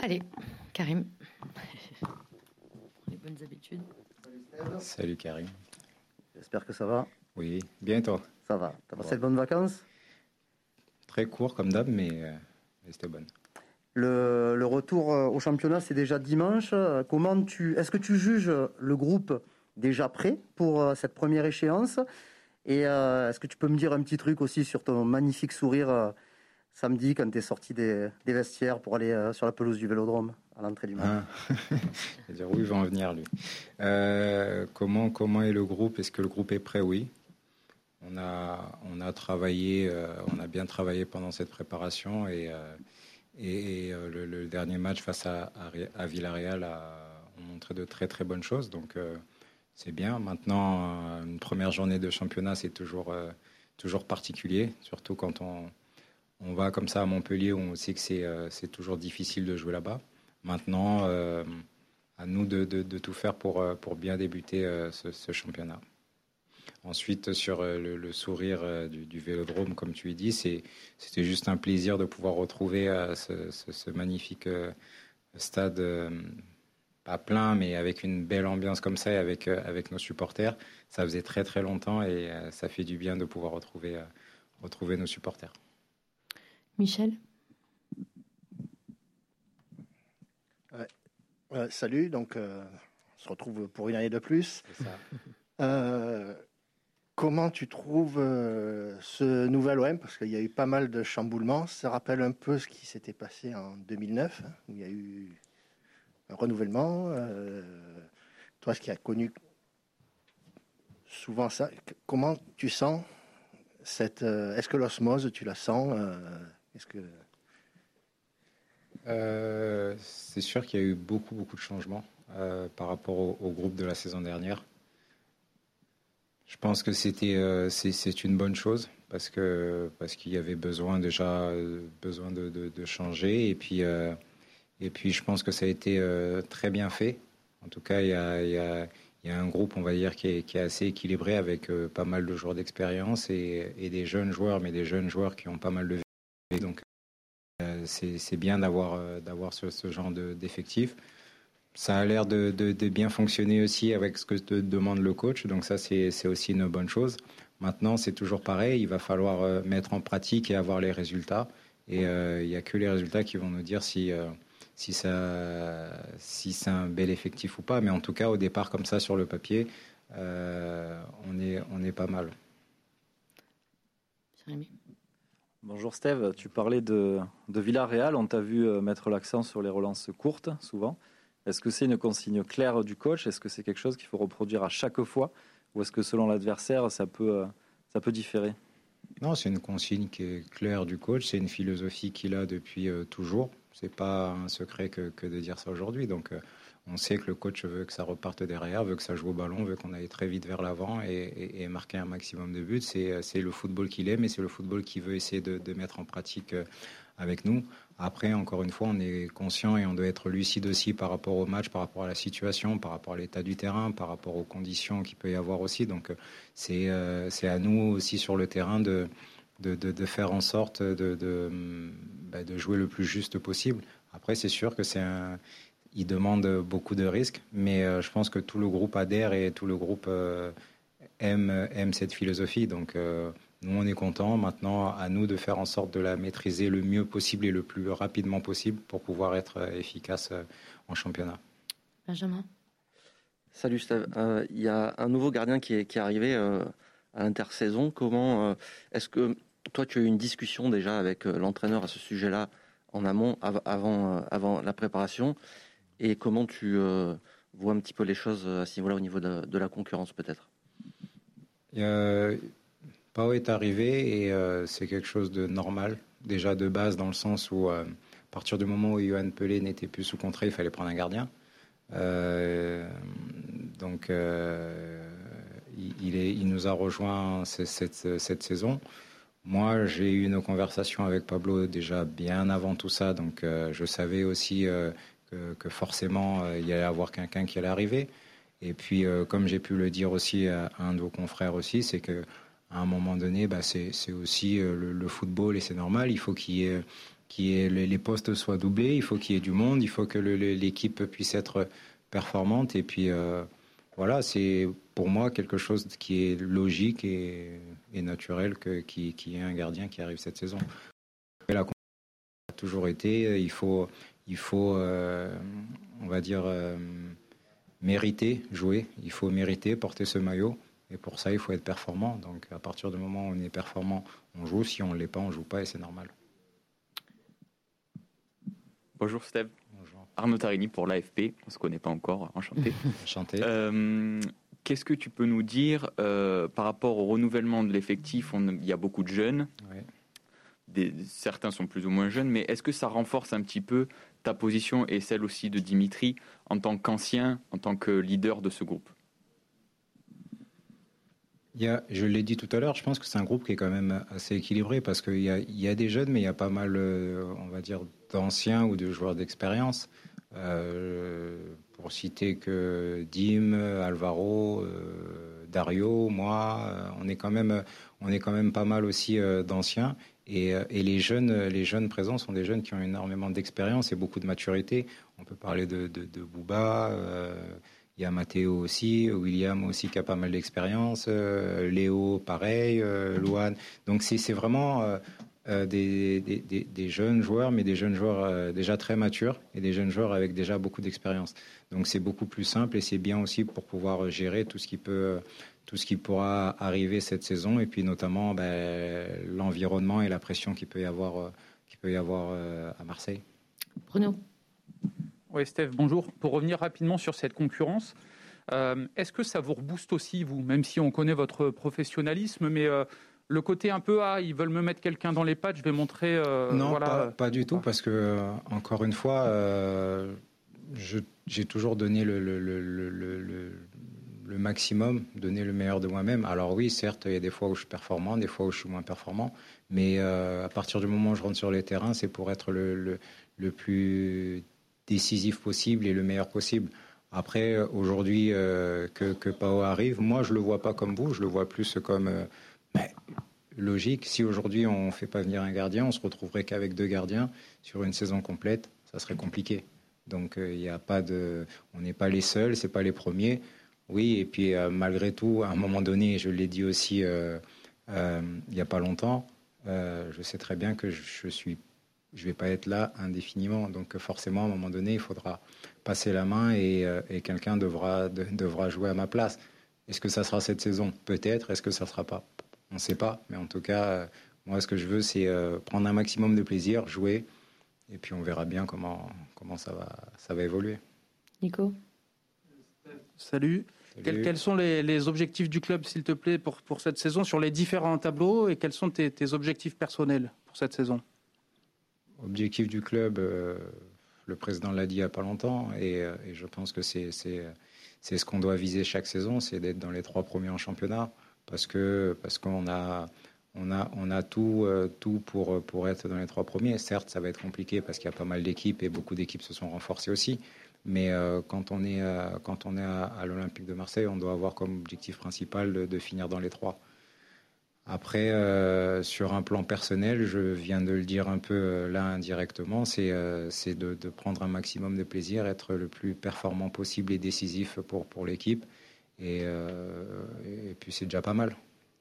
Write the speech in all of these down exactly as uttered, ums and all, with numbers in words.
Allez, Karim. Les bonnes habitudes. Salut, Salut Karim. J'espère que ça va. Oui, bien et toi? Ça va. T'as passé ouais. de bonnes vacances? Très court comme d'hab, mais, euh, mais c'était bonne. Le, le retour au championnat, c'est déjà dimanche. Comment tu, est-ce que tu juges le groupe déjà prêt pour cette première échéance? Et euh, est-ce que tu peux me dire un petit truc aussi sur ton magnifique sourire euh, samedi quand tu es sorti des, des vestiaires pour aller euh, sur la pelouse du Vélodrome à l'entrée du match? Ah. C'est-à-dire où il va en venir lui. Euh, comment, comment est le groupe? Est-ce que le groupe est prêt? Oui. On a, on a travaillé, euh, on a bien travaillé pendant cette préparation et, euh, et, et euh, le, le dernier match face à, à, à Villarreal a montré de très très bonnes choses. Donc euh, c'est bien. Maintenant, une première journée de championnat, c'est toujours, euh, toujours particulier, surtout quand on, on va comme ça à Montpellier, où on sait que c'est, euh, c'est toujours difficile de jouer là-bas. Maintenant, euh, à nous de, de, de tout faire pour, pour bien débuter euh, ce, ce championnat. Ensuite, sur le, le sourire du, du Vélodrome, comme tu l'as dit, c'est, c'était juste un plaisir de pouvoir retrouver euh, ce, ce, ce magnifique euh, stade, euh, pas plein, mais avec une belle ambiance comme ça et avec, euh, avec nos supporters. Ça faisait très très longtemps et euh, ça fait du bien de pouvoir retrouver, euh, retrouver nos supporters. Michel? Ouais. Euh, salut, donc euh, on se retrouve pour une année de plus. C'est ça. Euh, comment tu trouves euh, ce nouvel O M? Parce qu'il y a eu pas mal de chamboulements. Ça rappelle un peu ce qui s'était passé en deux mille neuf, hein, où il y a eu un renouvellement. Euh, toi, ce qui a connu souvent ça, comment tu sens cette... Euh, est-ce que l'osmose, tu la sens euh, est-ce que... Euh, c'est sûr qu'il y a eu beaucoup, beaucoup de changements euh, par rapport au, au groupe de la saison dernière. Je pense que c'était, euh, c'est, c'est une bonne chose parce que parce qu'il y avait besoin déjà euh, besoin de, de, de changer et puis euh, et puis je pense que ça a été euh, très bien fait. En tout cas, il y a il y a il y a un groupe, on va dire, qui est, qui est assez équilibré avec euh, pas mal de joueurs d'expérience et, et des jeunes joueurs, mais des jeunes joueurs qui ont pas mal de vie. Donc euh, c'est, c'est bien d'avoir euh, d'avoir ce, ce genre de, d'effectifs. Ça a l'air de, de, de bien fonctionner aussi avec ce que te demande le coach, donc ça c'est, c'est aussi une bonne chose. Maintenant c'est toujours pareil, il va falloir euh, mettre en pratique et avoir les résultats. Et euh, il n'y a que les résultats qui vont nous dire si, euh, si, ça, si c'est un bel effectif ou pas. Mais en tout cas au départ comme ça sur le papier, euh, on, est, on est pas mal. Jérémy. Bonjour Steve, tu parlais de, de Villarreal, on t'a vu mettre l'accent sur les relances courtes souvent. Est-ce que c'est une consigne claire du coach? Est-ce que c'est quelque chose qu'il faut reproduire à chaque fois? Ou est-ce que selon l'adversaire, ça peut, ça peut différer? Non, c'est une consigne qui est claire du coach. C'est une philosophie qu'il a depuis euh, toujours. C'est pas un secret que, que de dire ça aujourd'hui. Donc, euh, on sait que le coach veut que ça reparte derrière, veut que ça joue au ballon, veut qu'on aille très vite vers l'avant et, et, et marquer un maximum de buts. C'est, c'est le football qu'il aime et c'est le football qu'il veut essayer de, de mettre en pratique euh, avec nous. Après, encore une fois, on est conscient et on doit être lucide aussi par rapport au match, par rapport à la situation, par rapport à l'état du terrain, par rapport aux conditions qu'il peut y avoir aussi. Donc, c'est, euh, c'est à nous aussi sur le terrain de, de, de, de faire en sorte de, de, bah, de jouer le plus juste possible. Après, c'est sûr que c'est un... Il demande beaucoup de risques, mais euh, je pense que tout le groupe adhère et tout le groupe euh, aime, aime cette philosophie. Donc, euh, nous, on est contents. Maintenant, à nous de faire en sorte de la maîtriser le mieux possible et le plus rapidement possible pour pouvoir être efficace en championnat. Benjamin. Salut Steve. Euh, il y a un nouveau gardien qui est, qui est arrivé euh, à l'intersaison. Comment euh, est-ce que toi, tu as eu une discussion déjà avec euh, l'entraîneur à ce sujet-là en amont, av- avant, euh, avant la préparation? Et comment tu euh, vois un petit peu les choses à ce niveau-là au niveau de, de la concurrence peut-être? euh, Pau est arrivé et euh, c'est quelque chose de normal, déjà de base dans le sens où euh, à partir du moment où Yohan Pelé n'était plus sous contrat, il fallait prendre un gardien. Euh, donc euh, il, est, il nous a rejoint cette, cette, cette saison. Moi, j'ai eu une conversation avec Pablo déjà bien avant tout ça, donc euh, je savais aussi euh, que, que forcément euh, il y allait avoir quelqu'un qui allait arriver. Et puis, euh, comme j'ai pu le dire aussi à un de vos confrères aussi, c'est que à un moment donné, bah, c'est, c'est aussi euh, le, le football et c'est normal. Il faut qu'il y ait qu'il y ait, les postes soient doublés, il faut qu'il y ait du monde, il faut que le, l'équipe puisse être performante. Et puis euh, voilà, c'est pour moi quelque chose qui est logique et, et naturel que, qu'il, qu'il y ait un gardien qui arrive cette saison. Et la a toujours été, il faut, il faut euh, on va dire, euh, mériter jouer, il faut mériter porter ce maillot. Et pour ça, il faut être performant. Donc, à partir du moment où on est performant, on joue. Si on ne l'est pas, on ne joue pas et c'est normal. Bonjour Steve. Bonjour. Arnaud Tarini pour l'A F P. On ne se connaît pas encore. Enchanté. Enchanté. Euh, qu'est-ce que tu peux nous dire euh, par rapport au renouvellement de l'effectif? on, Il y a beaucoup de jeunes. Ouais. Des, certains sont plus ou moins jeunes. Mais est-ce que ça renforce un petit peu ta position et celle aussi de Dimitri en tant qu'ancien, en tant que leader de ce groupe? Il y a, je l'ai dit tout à l'heure, je pense que c'est un groupe qui est quand même assez équilibré parce qu'il y a, il y a des jeunes, mais il y a pas mal, on va dire, d'anciens ou de joueurs d'expérience. Euh, pour citer que Dim, Alvaro, euh, Dario, moi, euh, on est quand même, on est quand même pas mal aussi euh, d'anciens. Et, et les jeunes, les jeunes présents sont des jeunes qui ont énormément d'expérience et beaucoup de maturité. On peut parler de, de, de Bouba. Euh, Il y a Matteo aussi, William aussi qui a pas mal d'expérience, euh, Léo pareil, euh, Luan. Donc c'est, c'est vraiment euh, euh, des, des, des, des jeunes joueurs, mais des jeunes joueurs euh, déjà très matures et des jeunes joueurs avec déjà beaucoup d'expérience. Donc c'est beaucoup plus simple et c'est bien aussi pour pouvoir gérer tout ce qui peut, tout ce qui pourra arriver cette saison et puis notamment ben, l'environnement et la pression qu'il peut y avoir, euh, qu'il peut y avoir euh, à Marseille. Bruno. Oui, Steve, bonjour. Pour revenir rapidement sur cette concurrence, euh, est-ce que ça vous rebooste aussi, vous, même si on connaît votre professionnalisme, mais euh, le côté un peu, ah, ils veulent me mettre quelqu'un dans les pattes, je vais montrer... Euh, non, voilà. pas, pas du tout, parce que, euh, encore une fois, euh, je, j'ai toujours donné le, le, le, le, le, le maximum, donné le meilleur de moi-même. Alors oui, certes, il y a des fois où je suis performant, des fois où je suis moins performant, mais euh, à partir du moment où je rentre sur les terrains, c'est pour être le, le, le plus... décisif possible et le meilleur possible. Après, aujourd'hui, euh, que, que Pau arrive, moi, je le vois pas comme vous, je le vois plus comme euh, ben, logique. Si aujourd'hui, on fait pas venir un gardien, on se retrouverait qu'avec deux gardiens sur une saison complète, ça serait compliqué. Donc, il euh, n'y a pas de... On n'est pas les seuls, c'est pas les premiers. Oui, et puis, euh, malgré tout, à un moment donné, je l'ai dit aussi euh, euh, il n'y a pas longtemps, euh, je sais très bien que je, je suis je ne vais pas être là indéfiniment. Donc forcément, à un moment donné, il faudra passer la main et, euh, et quelqu'un devra, de, devra jouer à ma place. Est-ce que ça sera cette saison? Peut-être. Est-ce que ça ne sera pas? On ne sait pas. Mais en tout cas, euh, moi, ce que je veux, c'est euh, prendre un maximum de plaisir, jouer. Et puis on verra bien comment, comment ça, va, ça va évoluer. Nico. Salut. Salut. Quels, quels sont les, les objectifs du club, s'il te plaît, pour, pour cette saison, sur les différents tableaux? Et quels sont tes, tes objectifs personnels pour cette saison? Objectif du club, euh, le président l'a dit il n'y a pas longtemps, et, euh, et je pense que c'est, c'est, c'est ce qu'on doit viser chaque saison, c'est d'être dans les trois premiers en championnat, parce que parce qu'on a on a on a tout euh, tout pour pour être dans les trois premiers. Certes, ça va être compliqué parce qu'il y a pas mal d'équipes et beaucoup d'équipes se sont renforcées aussi, mais euh, quand on est euh, quand on est à, à l'Olympique de Marseille, on doit avoir comme objectif principal de, de finir dans les trois. Après, euh, sur un plan personnel, je viens de le dire un peu euh, là indirectement, c'est, euh, c'est de, de prendre un maximum de plaisir, être le plus performant possible et décisif pour, pour l'équipe. Et, euh, et puis c'est déjà pas mal.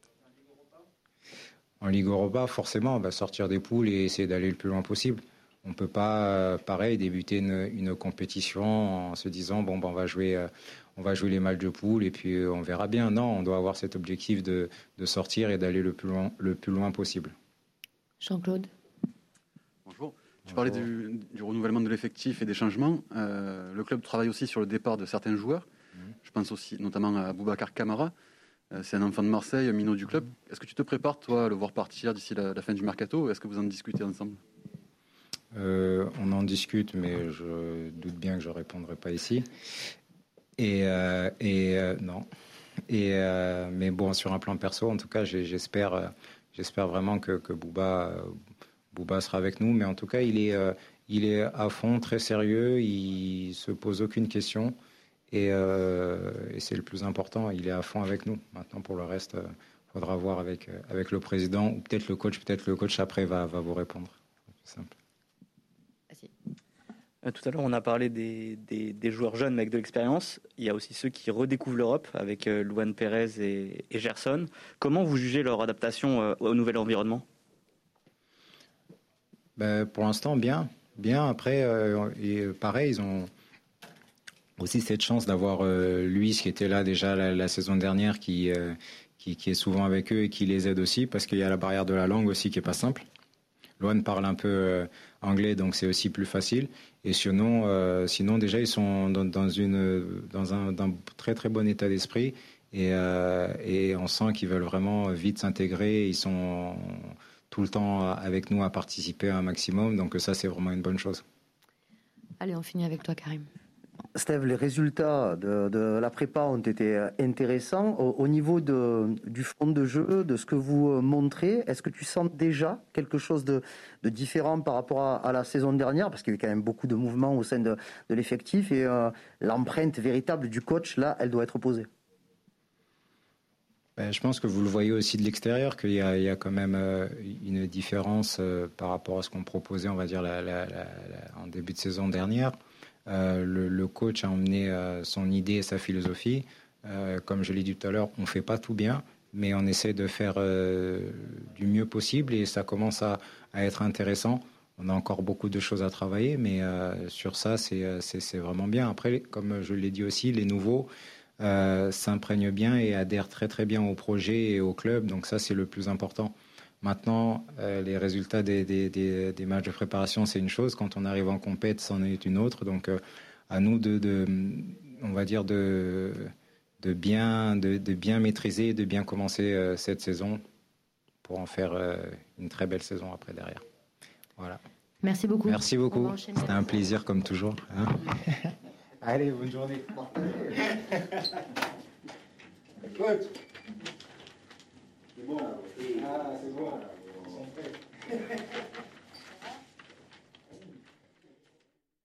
En Ligue Europa, forcément, on va sortir des poules et essayer d'aller le plus loin possible. On ne peut pas, euh, pareil, débuter une, une compétition en se disant bon, ben, on va jouer... Euh, on va jouer les matchs de poule et puis on verra bien. Non, on doit avoir cet objectif de, de sortir et d'aller le plus loin, le plus loin possible. Jean-Claude. Bonjour. Tu parlais du, du renouvellement de l'effectif et des changements. Euh, le club travaille aussi sur le départ de certains joueurs. Mmh. Je pense aussi notamment à Boubacar Camara. Euh, c'est un enfant de Marseille, un minot du club. Mmh. Est-ce que tu te prépares, toi, à le voir partir d'ici la, la fin du mercato? Est-ce que vous en discutez ensemble? euh, On en discute, mais je doute bien que je ne répondrai pas ici. Et, euh, et euh, non. Et, euh, mais bon, sur un plan perso, en tout cas, j'espère, euh, j'espère vraiment que, que Bouba, euh, Bouba sera avec nous. Mais en tout cas, il est, euh, il est à fond, très sérieux. Il se pose aucune question. Et, euh, et c'est le plus important. Il est à fond avec nous. Maintenant, pour le reste, il euh, faudra voir avec, avec le président ou peut-être le coach. Peut-être le coach après va, va vous répondre. C'est simple. Tout à l'heure, on a parlé des, des, des joueurs jeunes mais avec de l'expérience. Il y a aussi ceux qui redécouvrent l'Europe avec euh, Luan Pérez et, et Gerson. Comment vous jugez leur adaptation euh, au nouvel environnement? Ben, pour l'instant, bien. Bien. Après, euh, et pareil, ils ont aussi cette chance d'avoir euh, Luis qui était là déjà la, la saison dernière, qui, euh, qui, qui est souvent avec eux et qui les aide aussi, parce qu'il y a la barrière de la langue aussi qui est pas simple. Luan parle un peu euh, anglais, donc c'est aussi plus facile. Et sinon, euh, sinon déjà, ils sont dans, dans, une, dans un, dans un très très bon état d'esprit. Et, euh, et on sent qu'ils veulent vraiment vite s'intégrer. Ils sont tout le temps avec nous à participer un maximum. Donc ça, c'est vraiment une bonne chose. Allez, on finit avec toi, Karim. Steve, les résultats de, de la prépa ont été intéressants. Au, au niveau de, du front de jeu, de ce que vous montrez, est-ce que tu sens déjà quelque chose de, de différent par rapport à, à la saison dernière? Parce qu'il y a eu quand même beaucoup de mouvements au sein de, de l'effectif et euh, l'empreinte véritable du coach, là, elle doit être posée. Ben, je pense que vous le voyez aussi de l'extérieur, qu'il y a, il y a quand même euh, une différence euh, par rapport à ce qu'on proposait, on va dire, la, la, la, la, en début de saison dernière. Euh, le, le coach a emmené euh, son idée et sa philosophie. Euh, comme je l'ai dit tout à l'heure, on ne fait pas tout bien, mais on essaie de faire euh, du mieux possible et ça commence à, à être intéressant. On a encore beaucoup de choses à travailler, mais euh, sur ça, c'est, c'est, c'est vraiment bien. Après, comme je l'ai dit aussi, les nouveaux euh, s'imprègnent bien et adhèrent très très bien au projet et au club, donc ça, c'est le plus important. Maintenant, euh, les résultats des, des, des, des matchs de préparation, c'est une chose. Quand on arrive en compète, c'en est une autre. Donc, euh, à nous de, de, on va dire, de, de, bien, de, de bien maîtriser, de bien commencer euh, cette saison pour en faire euh, une très belle saison après derrière. Voilà. Merci beaucoup. Merci beaucoup. C'était un plaisir comme toujours. Hein. Allez, bonne journée. Écoute. C'est bon. Ah, c'est bon. Ils sont prêts.